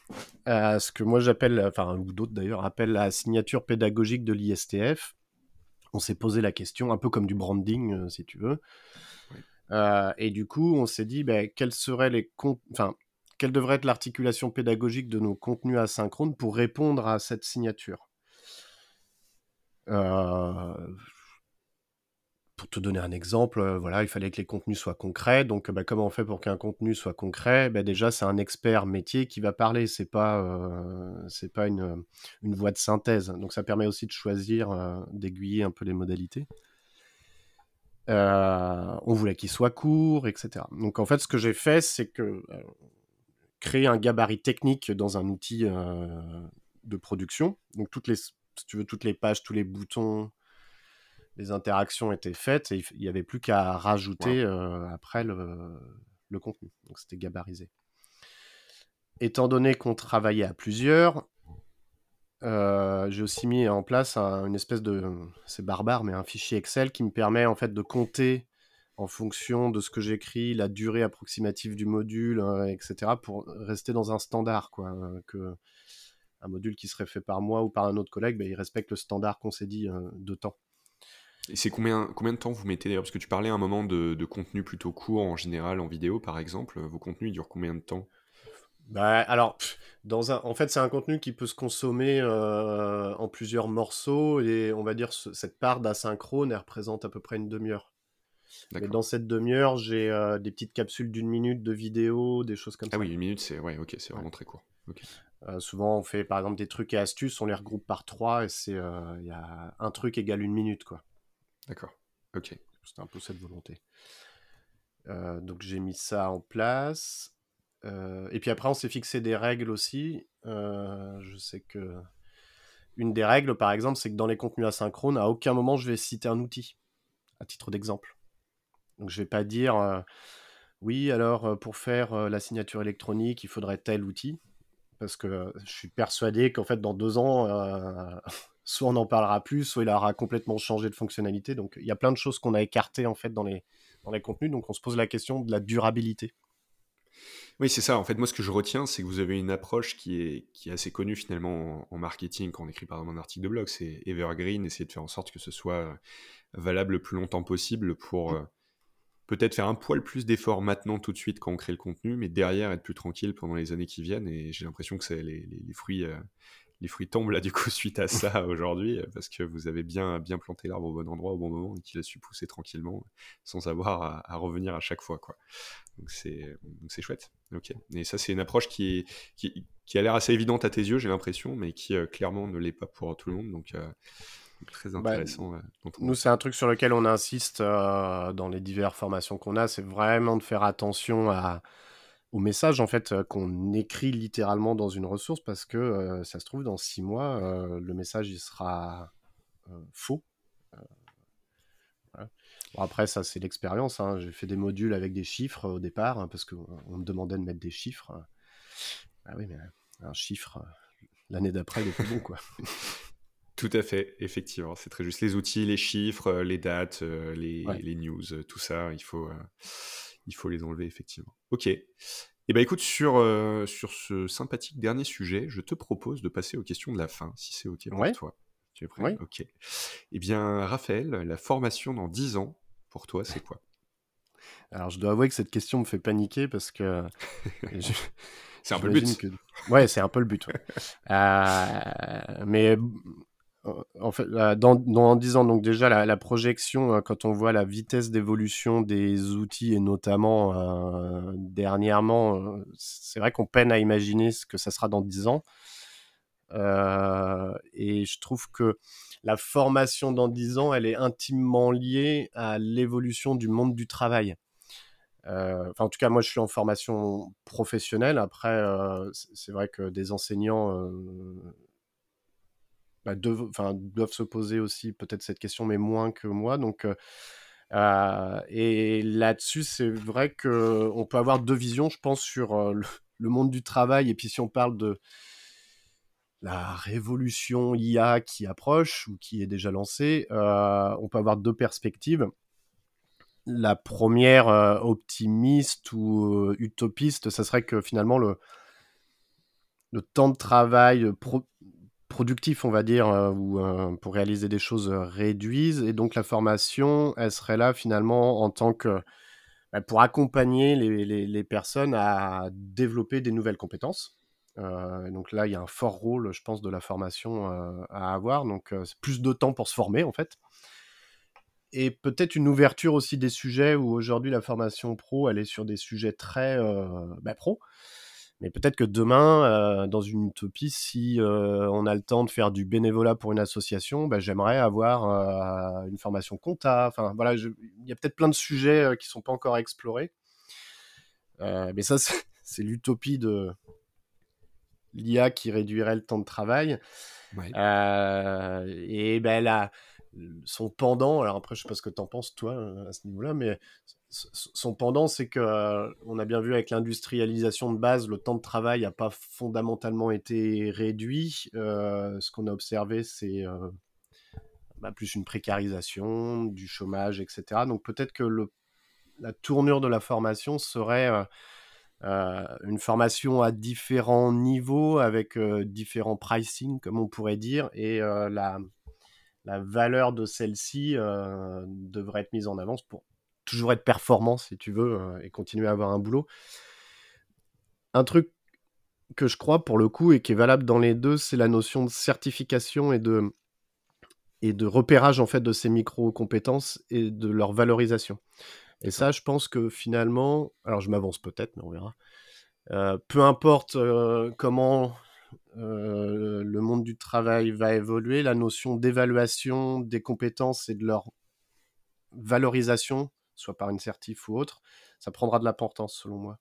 à ce que moi j'appelle, enfin, ou d'autres d'ailleurs, appellent la signature pédagogique de l'I S T F. On s'est posé la question, un peu comme du branding, euh, si tu veux. Oui. Euh, et du coup, on s'est dit, bah, quels seraient les con- enfin, quelle devrait être l'articulation pédagogique de nos contenus asynchrones pour répondre à cette signature. Euh... pour te donner un exemple, euh, voilà, il fallait que les contenus soient concrets. Donc, bah, comment on fait pour qu'un contenu soit concret? Bah, déjà, c'est un expert métier qui va parler. C'est pas, euh, c'est pas une, une voix de synthèse. Donc, ça permet aussi de choisir, euh, d'aiguiller un peu les modalités. Euh, on voulait qu'il soit court, et cetera. Donc, en fait, ce que j'ai fait, c'est que euh, créer un gabarit technique dans un outil euh, de production. Donc, toutes les, si tu veux, toutes les pages, tous les boutons, les interactions étaient faites et il n'y avait plus qu'à rajouter Wow. euh, après le, le contenu. Donc, c'était gabarisé. Étant donné qu'on travaillait à plusieurs, euh, j'ai aussi mis en place un- une espèce de, c'est barbare, mais un fichier Excel qui me permet en fait de compter en fonction de ce que j'écris, la durée approximative du module, euh, et cetera, pour rester dans un standard, quoi. euh, que un module qui serait fait par moi ou par un autre collègue, ben, il respecte le standard qu'on s'est dit euh, de temps. Et c'est combien, combien de temps vous mettez d'ailleurs? Parce que tu parlais à un moment de, de contenu plutôt court en général, en vidéo par exemple. Vos contenus ils durent combien de temps? Bah, alors, pff, dans un, en fait, c'est un contenu qui peut se consommer euh, en plusieurs morceaux et on va dire ce- cette part d'asynchrone, elle représente à peu près une demi-heure. Mais D'accord. dans cette demi-heure, j'ai euh, des petites capsules d'une minute de vidéo, des choses comme Ah ça. oui, une minute, c'est ouais, ok, c'est Ouais. vraiment très court. Ok. Euh, souvent, on fait par exemple des trucs et astuces, on les regroupe par trois et c'est, euh, il y a un truc égale une minute, quoi. D'accord. Ok. C'est un peu cette volonté. Euh, donc j'ai mis ça en place. Euh, et puis après, on s'est fixé des règles aussi. Euh, je sais que une des règles, par exemple, c'est que dans les contenus asynchrones, à aucun moment je vais citer un outil, à titre d'exemple. Donc je vais pas dire, euh, oui, alors euh, pour faire euh, la signature électronique, il faudrait tel outil, parce que euh, je suis persuadé qu'en fait, dans deux ans, euh, soit on n'en parlera plus, soit il aura complètement changé de fonctionnalité. Donc il y a plein de choses qu'on a écartées en fait dans les, dans les contenus, donc on se pose la question de la durabilité. Oui, c'est ça. En fait, moi, ce que je retiens, c'est que vous avez une approche qui est, qui est assez connue finalement en, en marketing quand on écrit par exemple un article de blog. C'est evergreen, essayer de faire en sorte que ce soit euh, valable le plus longtemps possible pour euh, peut-être faire un poil plus d'efforts maintenant tout de suite quand on crée le contenu, mais derrière être plus tranquille pendant les années qui viennent. Et j'ai l'impression que c'est les, les, les fruits, euh, les fruits tombent là du coup suite à ça aujourd'hui, euh, parce que vous avez bien, bien planté l'arbre au bon endroit au bon moment et qu'il a su pousser tranquillement sans avoir à, à revenir à chaque fois, quoi. Donc c'est, donc c'est chouette. Ok. Et ça, c'est une approche qui, est, qui, qui a l'air assez évidente à tes yeux, j'ai l'impression, mais qui euh, clairement ne l'est pas pour tout le monde. Donc, euh, donc très Bah, intéressant euh, nous, d'entendre c'est ça. un truc sur lequel on insiste euh, dans les diverses formations qu'on a, c'est vraiment de faire attention à, au message en fait euh, qu'on écrit littéralement dans une ressource parce que euh, ça se trouve dans six mois, euh, le message il sera euh, faux. Euh, voilà. Bon, après, ça c'est l'expérience. Hein. J'ai fait des modules avec des chiffres au départ hein, parce qu'on on me demandait de mettre des chiffres. Ah oui, mais un chiffre, euh, l'année d'après, il est plus bon quoi. Tout à fait, effectivement, c'est très juste. Les outils, les chiffres, euh, les dates, euh, les, Ouais. les news, euh, tout ça, il faut, euh, il faut les enlever, effectivement. Ok. Eh ben écoute, sur, euh, sur ce sympathique dernier sujet, je te propose de passer aux questions de la fin, si c'est ok pour Ouais. toi. Tu es prêt? Ouais. Ok. Eh bien, Raphaël, la formation dans dix ans, pour toi, c'est quoi? Alors, je dois avouer que cette question me fait paniquer parce que je- C'est un peu le j'imagine but. que. Ouais, c'est un peu le but. Ouais. Euh, mais euh, en fait, euh, dans, dans dix ans, donc déjà, la, la projection, euh, quand on voit la vitesse d'évolution des outils et notamment euh, dernièrement, euh, c'est vrai qu'on peine à imaginer ce que ça sera dans dix ans. Euh, et je trouve que la formation dans dix ans, elle est intimement liée à l'évolution du monde du travail. Euh, Enfin, en tout cas, moi, je suis en formation professionnelle. Après, euh, c'est c'est vrai que des enseignants euh, bah, dev- enfin, doivent se poser aussi peut-être cette question, mais moins que moi. Donc, euh, euh, et là-dessus, c'est vrai que on peut avoir deux visions, je pense, sur euh, le, le monde du travail. Et puis, si on parle de la révolution I A qui approche ou qui est déjà lancée, euh, on peut avoir deux perspectives. La première, euh, optimiste ou euh, utopiste, ça serait que finalement le, le temps de travail pro- productif, on va dire, euh, ou euh, pour réaliser des choses euh, réduise, et donc la formation, elle serait là finalement en tant que bah, pour accompagner les, les, les personnes à développer des nouvelles compétences. Euh, et donc là, il y a un fort rôle, je pense, de la formation euh, à avoir. Donc, euh, c'est plus de temps pour se former, en fait. et peut-être une ouverture aussi des sujets où aujourd'hui la formation pro, elle est sur des sujets très euh, bah, pro. Mais peut-être que demain, euh, dans une utopie, si euh, on a le temps de faire du bénévolat pour une association, bah, j'aimerais avoir euh, une formation compta. Enfin, voilà, je- il y a peut-être plein de sujets euh, qui sont pas encore explorés. Euh, mais ça, c'est c'est l'utopie de l'I A qui réduirait le temps de travail. Ouais. Euh, et ben là, son pendant, alors après, je sais pas ce que tu en penses, toi, euh, à ce niveau-là, mais s- s- son pendant, c'est que euh, on a bien vu avec l'industrialisation de base, le temps de travail n'a pas fondamentalement été réduit. Euh, ce qu'on a observé, c'est euh, bah, plus une précarisation, du chômage, et cetera. Donc peut-être que le, la tournure de la formation serait euh, euh, une formation à différents niveaux, avec euh, différents pricing, comme on pourrait dire, et euh, la, la valeur de celle-ci euh, devrait être mise en avance pour toujours être performant, si tu veux, euh, et continuer à avoir un boulot. Un truc que je crois, pour le coup, et qui est valable dans les deux, c'est la notion de certification et de, et de repérage, en fait, de ces micro-compétences et de leur valorisation. Et D'accord. ça, je pense que finalement, alors je m'avance peut-être, mais on verra. Euh, peu importe euh, comment euh, le monde du travail va évoluer, la notion d'évaluation des compétences et de leur valorisation, soit par une certif ou autre, ça prendra de l'importance selon moi.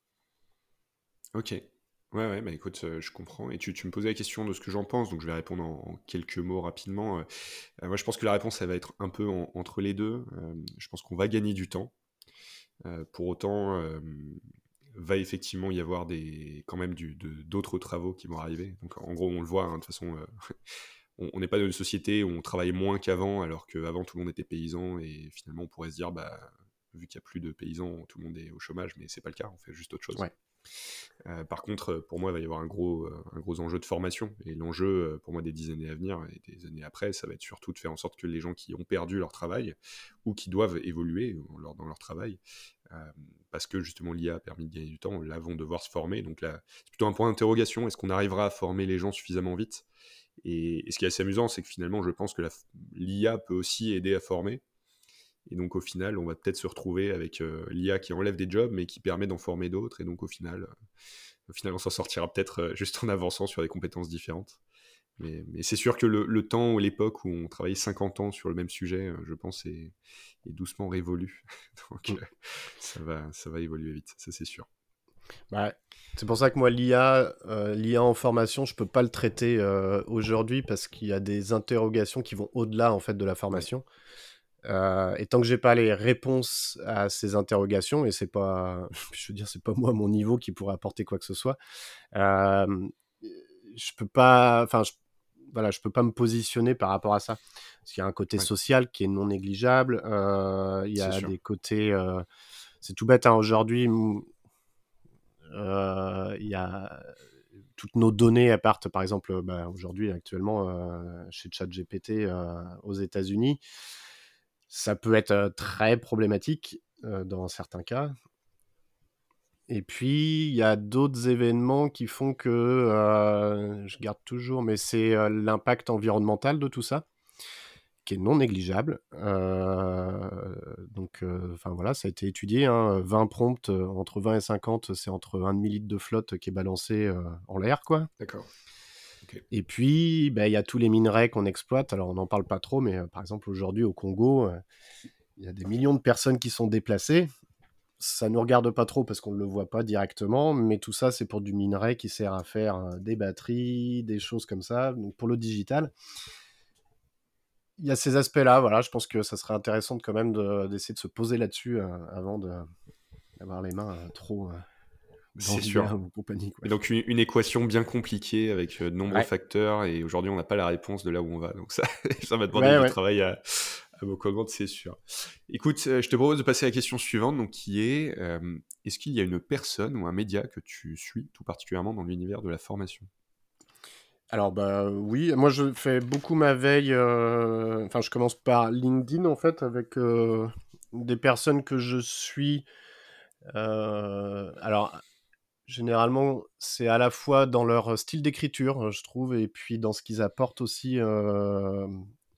Ok. Ouais, ouais, bah écoute, euh, je comprends. Et tu, tu me posais la question de ce que j'en pense, donc je vais répondre en, en quelques mots rapidement. Euh, euh, moi, je pense que la réponse, elle va être un peu en- entre les deux. Euh, je pense qu'on va gagner du temps. Euh, pour autant, euh, va effectivement y avoir des, quand même du, de- d'autres travaux qui vont arriver. Donc, en gros, on le voit, hein, de toute façon, euh, on on n'est pas dans une société où on travaille moins qu'avant, alors qu'avant, tout le monde était paysan. Et finalement, on pourrait se dire, bah, vu qu'il n'y a plus de paysans, tout le monde est au chômage, mais c'est pas le cas, on fait juste autre chose. Ouais. Euh, par contre, pour moi, il va y avoir un gros, euh, un gros enjeu de formation. Et l'enjeu, euh, pour moi, des dix années à venir et des années après, ça va être surtout de faire en sorte que les gens qui ont perdu leur travail ou qui doivent évoluer dans leur travail, euh, parce que justement l'I A a permis de gagner du temps, là vont devoir se former. Donc là, c'est plutôt un point d'interrogation. Est-ce qu'on arrivera à former les gens suffisamment vite? et, et ce qui est assez amusant, c'est que finalement, je pense que la, l'I A peut aussi aider à former. Et donc au final, on va peut-être se retrouver avec euh, l'I A qui enlève des jobs, mais qui permet d'en former d'autres. Et donc au final, euh, au final on s'en sortira peut-être euh, juste en avançant sur des compétences différentes. Mais, mais c'est sûr que le, le temps ou l'époque où on travaillait cinquante ans sur le même sujet, euh, je pense, est, est doucement révolu. donc Mm. euh, ça, va, ça va évoluer vite, ça c'est sûr. Bah, c'est pour ça que moi, l'I A, euh, l'I A en formation, je peux pas le traiter euh, aujourd'hui parce qu'il y a des interrogations qui vont au-delà en fait de la Ouais, formation. Euh, et tant que j'ai pas les réponses à ces interrogations, et c'est pas, je veux dire, c'est pas moi à mon niveau qui pourrait apporter quoi que ce soit, euh, je peux pas, enfin, je, voilà, je peux pas me positionner par rapport à ça. Parce qu'il y a un côté ouais, social qui est non négligeable. Euh, il y c'est a sûr. des côtés, euh, c'est tout bête, hein, aujourd'hui, euh, il y a toutes nos données, elles partent, par exemple, bah, aujourd'hui, actuellement, euh, chez ChatGPT euh, aux États-Unis. Ça peut être euh, très problématique euh, dans certains cas. Et puis, il y a d'autres événements qui font que, euh, je garde toujours, mais c'est euh, l'impact environnemental de tout ça, qui est non négligeable. Euh, donc, euh, enfin voilà, ça a été étudié, hein, vingt prompts, euh, entre vingt et cinquante, c'est entre un demi-litre de flotte qui est balancé euh, en l'air, quoi. D'accord. Ok. Et puis, bah, il y a tous les minerais qu'on exploite. Alors, on n'en parle pas trop, mais euh, par exemple, aujourd'hui, au Congo, euh, il y a des millions de personnes qui sont déplacées. Ça ne nous regarde pas trop parce qu'on ne le voit pas directement, mais tout ça, c'est pour du minerai qui sert à faire euh, des batteries, des choses comme ça, donc pour le digital. Il y a ces aspects-là, voilà, je pense que ça serait intéressant de, quand même de- d'essayer de se poser là-dessus euh, avant de, d'avoir les mains euh, trop euh, dans C'est sûr. l'I A ou compagnie, quoi. Et donc une, une équation bien compliquée avec euh, de nombreux Ouais, facteurs, et aujourd'hui on n'a pas la réponse de là où on va. Donc ça, ça va demander ouais, du ouais. travail à, à beaucoup de monde, c'est sûr. Écoute, euh, je te propose de passer à la question suivante, donc qui est euh, est-ce qu'il y a une personne ou un média que tu suis tout particulièrement dans l'univers de la formation? Alors, bah oui, moi je fais beaucoup ma veille. euh, Enfin, je commence par LinkedIn en fait, avec euh, des personnes que je suis. Euh, alors, généralement, c'est à la fois dans leur style d'écriture, euh, je trouve, et puis dans ce qu'ils apportent aussi euh,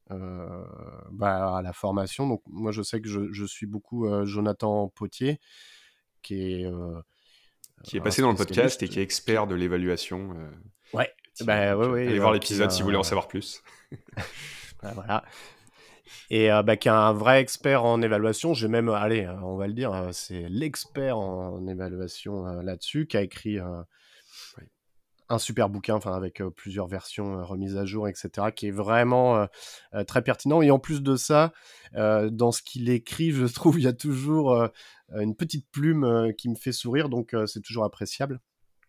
euh, bah, à la formation. Donc moi, je sais que je, je suis beaucoup euh, Jonathan Potier, qui est euh, Qui est un passé dans le podcast et spécialiste. qui est Qui... expert de l'évaluation. Euh, Ouais, effectivement. bah, ouais, Donc, euh, ouais, allez euh, voir qui est l'épisode si vous voulez en un... savoir plus. bah, voilà. Et euh, bah, qui est un vrai expert en évaluation. J'ai même, allez, euh, on va le dire, euh, c'est l'expert en évaluation euh, là-dessus, qui a écrit euh, Oui. un super bouquin, enfin avec euh, plusieurs versions euh, remises à jour, et cetera, qui est vraiment euh, euh, très pertinent. Et en plus de ça, euh, dans ce qu'il écrit, je trouve, il y a toujours euh, une petite plume euh, qui me fait sourire, donc euh, c'est toujours appréciable.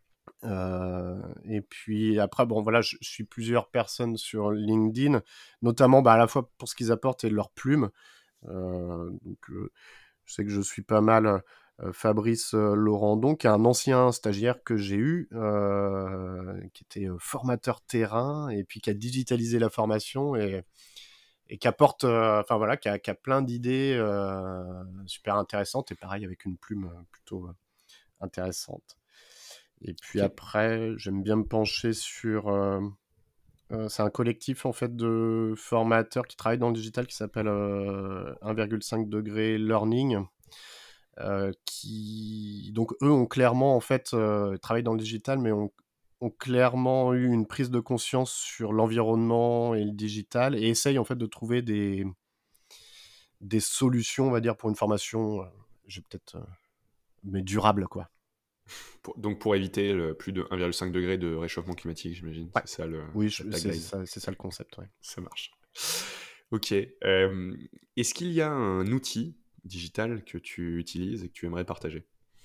Euh, et puis après, bon voilà, je, je suis plusieurs personnes sur LinkedIn, notamment bah, à la fois pour ce qu'ils apportent et leur plume. Euh, donc, euh, je sais que je suis pas mal euh, Fabrice euh, Laurendon, qui est un ancien stagiaire que j'ai eu, euh, qui était euh, formateur terrain et puis qui a digitalisé la formation et, et qui apporte, euh, enfin voilà, qui a, qui a plein d'idées euh, super intéressantes et pareil avec une plume euh, plutôt euh, intéressante. Et puis Ok. après, j'aime bien me pencher sur. Euh, euh, c'est un collectif en fait de formateurs qui travaillent dans le digital qui s'appelle euh, un virgule cinq degré learning. Euh, qui donc eux ont clairement en fait euh, travaillé dans le digital, mais ont, ont clairement eu une prise de conscience sur l'environnement et le digital et essayent en fait de trouver des des solutions, on va dire, pour une formation, euh, j'ai peut-être, euh, mais durable quoi. Pour- donc pour éviter le plus de un virgule cinq degré de réchauffement climatique, j'imagine. Ouais. C'est ça le, Oui, la je- c'est tagline. ça, c'est ça le concept. Ouais. Ça marche. Ok. Euh, est-ce qu'il y a un outil digital que tu utilises et que tu aimerais partager?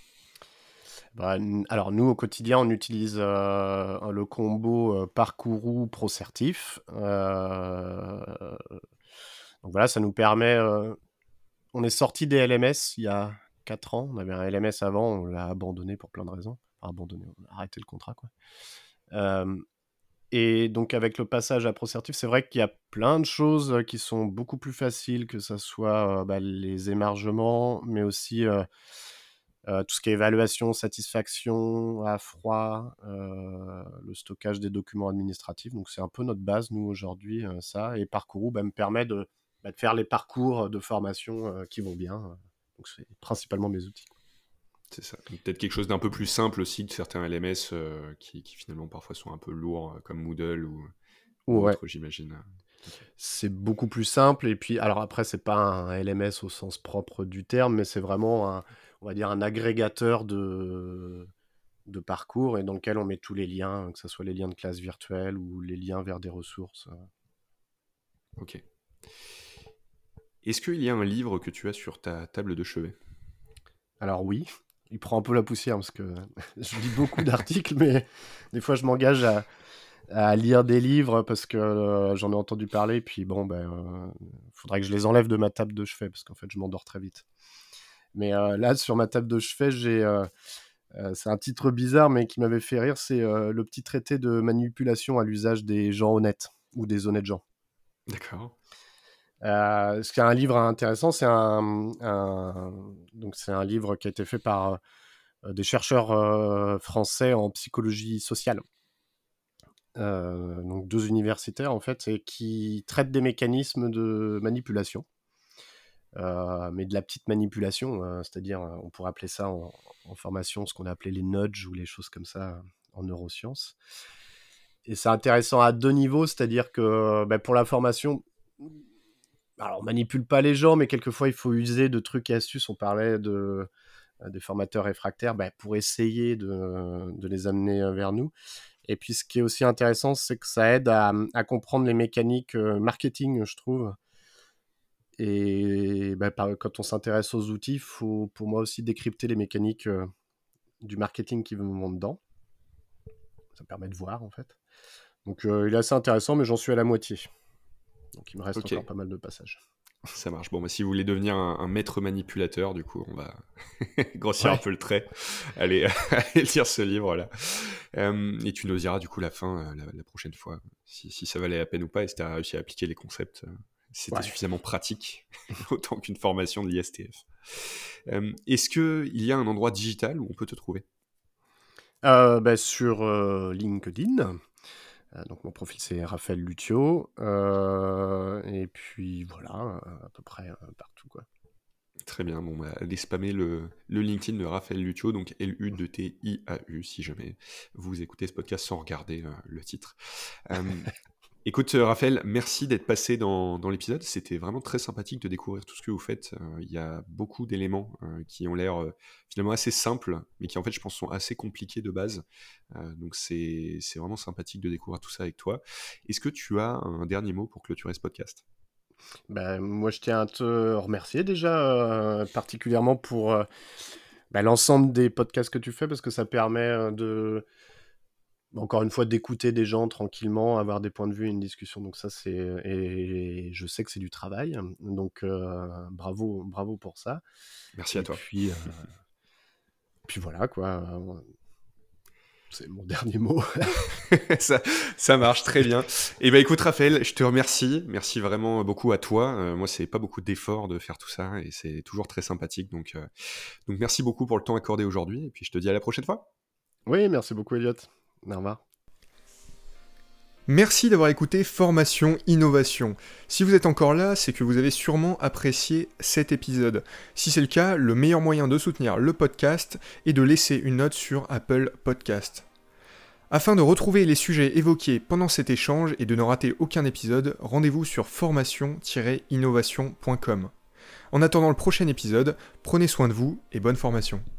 Bah, n- alors nous au quotidien on utilise euh, le combo euh, Parcourou Procertif. Euh, donc voilà, ça nous permet. Euh, on est sorti des L M S il y a quatre ans. On avait un L M S avant, on l'a abandonné pour plein de raisons. Enfin, abandonné, on a arrêté le contrat quoi. Euh, et donc avec le passage à Procertif, c'est vrai qu'il y a plein de choses euh, qui sont beaucoup plus faciles, que ce soit euh, bah, les émargements, mais aussi euh, euh, tout ce qui est évaluation, satisfaction à froid, euh, le stockage des documents administratifs. Donc c'est un peu notre base, nous, aujourd'hui, euh, ça. Et Parcourou bah, me permet de, bah, de faire les parcours de formation euh, qui vont bien. Donc c'est principalement mes outils. C'est ça. Donc, peut-être quelque chose d'un peu plus simple aussi que certains L M S euh, qui, qui finalement parfois sont un peu lourds, euh, comme Moodle ou, ou Ouais, autre, j'imagine. Ok. c'est beaucoup plus simple. Et puis, alors après, c'est pas un L M S au sens propre du terme, mais c'est vraiment un, on va dire, un agrégateur de, de parcours et dans lequel on met tous les liens, que ce soit les liens de classe virtuelle ou les liens vers des ressources. Ok. Est-ce qu'il y a un livre que tu as sur ta table de chevet? Alors oui, il prend un peu la poussière parce que je lis beaucoup d'articles, mais des fois je m'engage à, à lire des livres parce que euh, j'en ai entendu parler, puis bon, ben, euh, faudrait que je les enlève de ma table de chevet parce qu'en fait je m'endors très vite. Mais euh, là, sur ma table de chevet, j'ai, euh, euh, c'est un titre bizarre, mais qui m'avait fait rire, c'est euh, le petit traité de manipulation à l'usage des gens honnêtes ou des honnêtes gens. D'accord. Euh, ce qui est un livre intéressant, c'est un, un- donc c'est un livre qui a été fait par euh, des chercheurs euh, français en psychologie sociale. Euh, donc deux universitaires en fait, et qui traitent des mécanismes de manipulation, euh, mais de la petite manipulation, euh, c'est-à-dire, euh, on pourrait appeler ça en, en formation ce qu'on a appelé les nudges ou les choses comme ça euh, en neurosciences. Et c'est intéressant à deux niveaux, c'est-à-dire que bah, pour la formation, alors on manipule pas les gens, mais quelquefois il faut user de trucs et astuces. On parlait de, euh, des formateurs réfractaires bah, pour essayer de, de les amener euh, vers nous. Et puis ce qui est aussi intéressant, c'est que ça aide à, à comprendre les mécaniques euh, marketing, je trouve. Et bah, par- quand on s'intéresse aux outils, il faut pour moi aussi décrypter les mécaniques euh, du marketing qui vont dedans. Ça permet de voir en fait. Donc euh, il est assez intéressant, mais j'en suis à la moitié. Donc il me reste Ok, encore pas mal de passages. ça marche. Bon, bah, si vous voulez devenir un, un maître manipulateur, du coup, on va grossir un Ouais. peu le trait. Allez, allez lire ce livre-là. Euh, et tu nous diras du coup la fin euh, la, la prochaine fois, si, si ça valait la peine ou pas, et si tu as réussi à appliquer les concepts. euh, si c'était Ouais. suffisamment pratique, autant qu'une formation de l'I S T F. Euh, Est-ce qu'il y a un endroit digital où on peut te trouver? Euh, bah, sur euh, LinkedIn, Euh, donc mon profil c'est Raphaël Lutio. Euh, et puis voilà, à peu près euh, partout quoi. Très bien, bon, bah, allez spammer le, le LinkedIn de Raphaël Lutio, donc L U T I A U, si jamais vous écoutez ce podcast sans regarder euh, le titre. Euh, écoute, euh, Raphaël, merci d'être passé dans, dans l'épisode. C'était vraiment très sympathique de découvrir tout ce que vous faites. Euh, Il y a beaucoup d'éléments euh, qui ont l'air euh, finalement assez simples, mais qui en fait, je pense, sont assez compliqués de base. Euh, donc, c'est c'est vraiment sympathique de découvrir tout ça avec toi. Est-ce que tu as un dernier mot pour clôturer ce podcast? Ben, moi, je tiens à te remercier déjà, euh, particulièrement pour euh, ben, l'ensemble des podcasts que tu fais, parce que ça permet euh, de, encore une fois, d'écouter des gens tranquillement, avoir des points de vue, une discussion. Donc ça, c'est et je sais que c'est du travail. Donc euh, bravo, bravo pour ça. Merci et à toi. Puis, euh, puis voilà quoi. C'est mon dernier mot. ça, ça marche très bien. Et bah écoute Raphaël, je te remercie. Merci vraiment beaucoup à toi. Euh, moi, c'est pas beaucoup d'efforts de faire tout ça et c'est toujours très sympathique. Donc, euh, donc merci beaucoup pour le temps accordé aujourd'hui. Et puis je te dis à la prochaine fois. Oui, merci beaucoup Elliot. Au revoir. Merci d'avoir écouté Formation Innovation. Si vous êtes encore là, c'est que vous avez sûrement apprécié cet épisode. Si c'est le cas, le meilleur moyen de soutenir le podcast est de laisser une note sur Apple Podcast. Afin de retrouver les sujets évoqués pendant cet échange et de ne rater aucun épisode, rendez-vous sur formation tiret innovation point com. En attendant le prochain épisode, prenez soin de vous et bonne formation.